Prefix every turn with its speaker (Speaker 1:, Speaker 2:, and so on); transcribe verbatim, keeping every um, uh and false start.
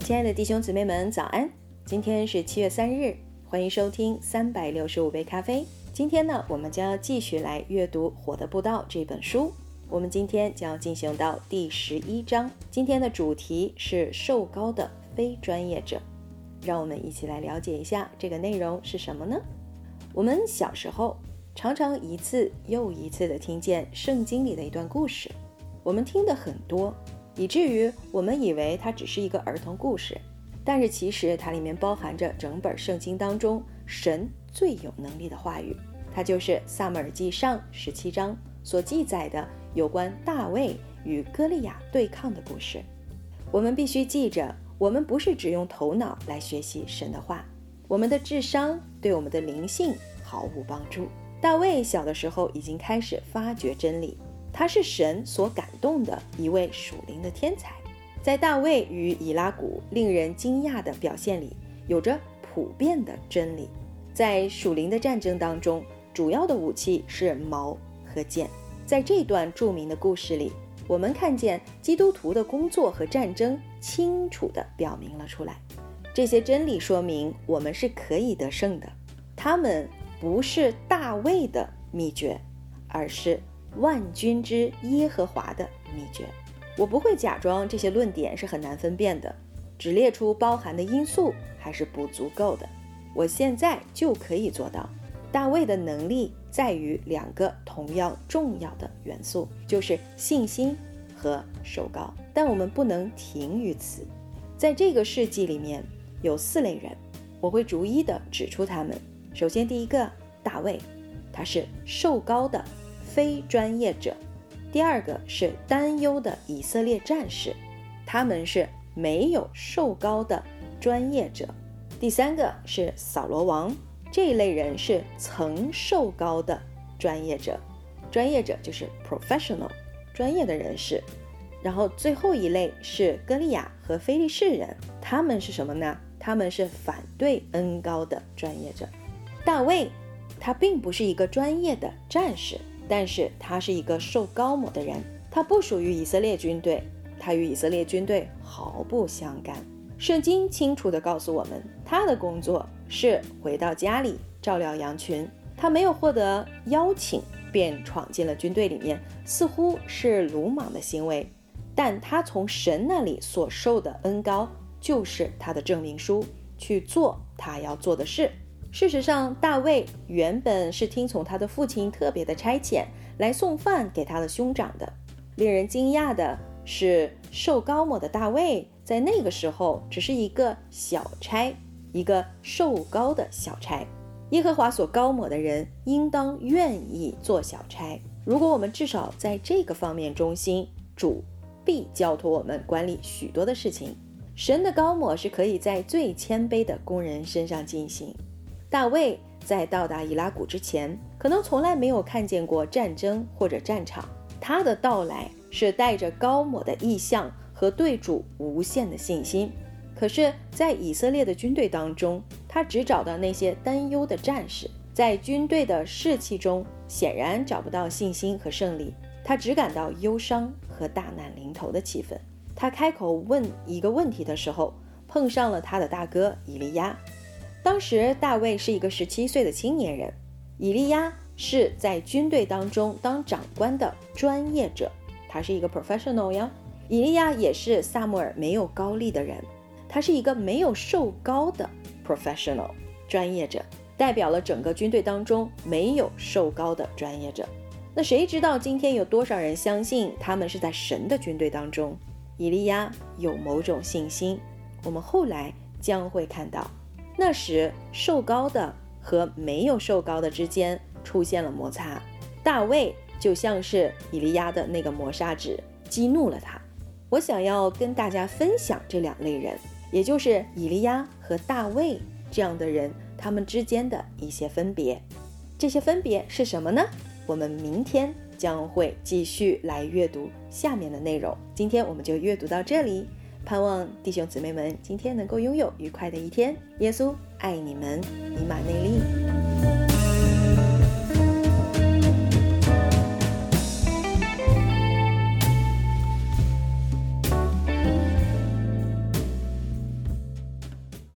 Speaker 1: 亲爱的弟兄姊妹们早安，今天是七月三日，欢迎收听三百六十五杯咖啡。今天呢，我们将要继续来阅读《火的布道》这本书，我们今天将要进行到第十一章，今天的主题是受膏的非专业者。让我们一起来了解一下这个内容是什么呢？我们小时候常常一次又一次地听见圣经里的一段故事，我们听得很多，以至于我们以为它只是一个儿童故事，但是其实它里面包含着整本圣经当中神最有能力的话语，它就是撒母耳记上十七章所记载的有关大卫与歌利亚对抗的故事。我们必须记着，我们不是只用头脑来学习神的话，我们的智商对我们的灵性毫无帮助。大卫小的时候已经开始发掘真理，他是神所感动的一位属灵的天才。在大卫与以拉谷令人惊讶的表现里，有着普遍的真理。在属灵的战争当中，主要的武器是矛和剑。在这段著名的故事里，我们看见基督徒的工作和战争清楚地表明了出来。这些真理说明我们是可以得胜的，他们不是大卫的秘诀，而是万军之耶和华的秘诀。我不会假装这些论点是很难分辨的，只列出包含的因素还是不足够的。我现在就可以做到。大卫的能力在于两个同样重要的元素，就是信心和受膏，但我们不能停于此。在这个世纪里面有四类人，我会逐一的指出他们。首先第一个，大卫，他是受膏的非专业者。第二个是担忧的以色列战士，他们是没有受膏的专业者。第三个是扫罗王，这一类人是曾受膏的专业者，专业者就是 professional 专业的人士。然后最后一类是歌利亚和非利士人，他们是什么呢？他们是反对恩膏的专业者。大卫他并不是一个专业的战士，但是他是一个受膏抹的人，他不属于以色列军队，他与以色列军队毫不相干。圣经清楚地告诉我们，他的工作是回到家里照料羊群，他没有获得邀请便闯进了军队里面，似乎是鲁莽的行为，但他从神那里所受的恩膏就是他的证明书，去做他要做的事。事实上，大卫原本是听从他的父亲特别的差遣来送饭给他的兄长的。令人惊讶的是，受膏抹的大卫在那个时候只是一个小差，一个受膏的小差。耶和华所膏抹的人应当愿意做小差。如果我们至少在这个方面忠心，主必交托我们管理许多的事情。神的膏抹是可以在最谦卑的工人身上进行。大卫在到达以拉谷之前，可能从来没有看见过战争或者战场，他的到来是带着膏抹的意象和对主无限的信心。可是在以色列的军队当中，他只找到那些担忧的战士，在军队的士气中显然找不到信心和胜利，他只感到忧伤和大难临头的气氛。他开口问一个问题的时候，碰上了他的大哥以利亚。当时大卫是一个十七岁的青年人，以利亚是在军队当中当长官的专业者，他是一个 professional 呀。以利亚也是撒母耳没有膏立的人，他是一个没有受膏的 professional 专业者，代表了整个军队当中没有受膏的专业者。那谁知道今天有多少人相信他们是在神的军队当中？以利亚有某种信心，我们后来将会看到，那时受膏的和没有受膏的之间出现了摩擦，大卫就像是以利亚的那个磨砂纸，激怒了他。我想要跟大家分享这两类人，也就是以利亚和大卫这样的人，他们之间的一些分别。这些分别是什么呢？我们明天将会继续来阅读下面的内容，今天我们就阅读到这里，盼望弟兄姊妹们今天能够拥有愉快的一天。耶稣爱你们，以马内利。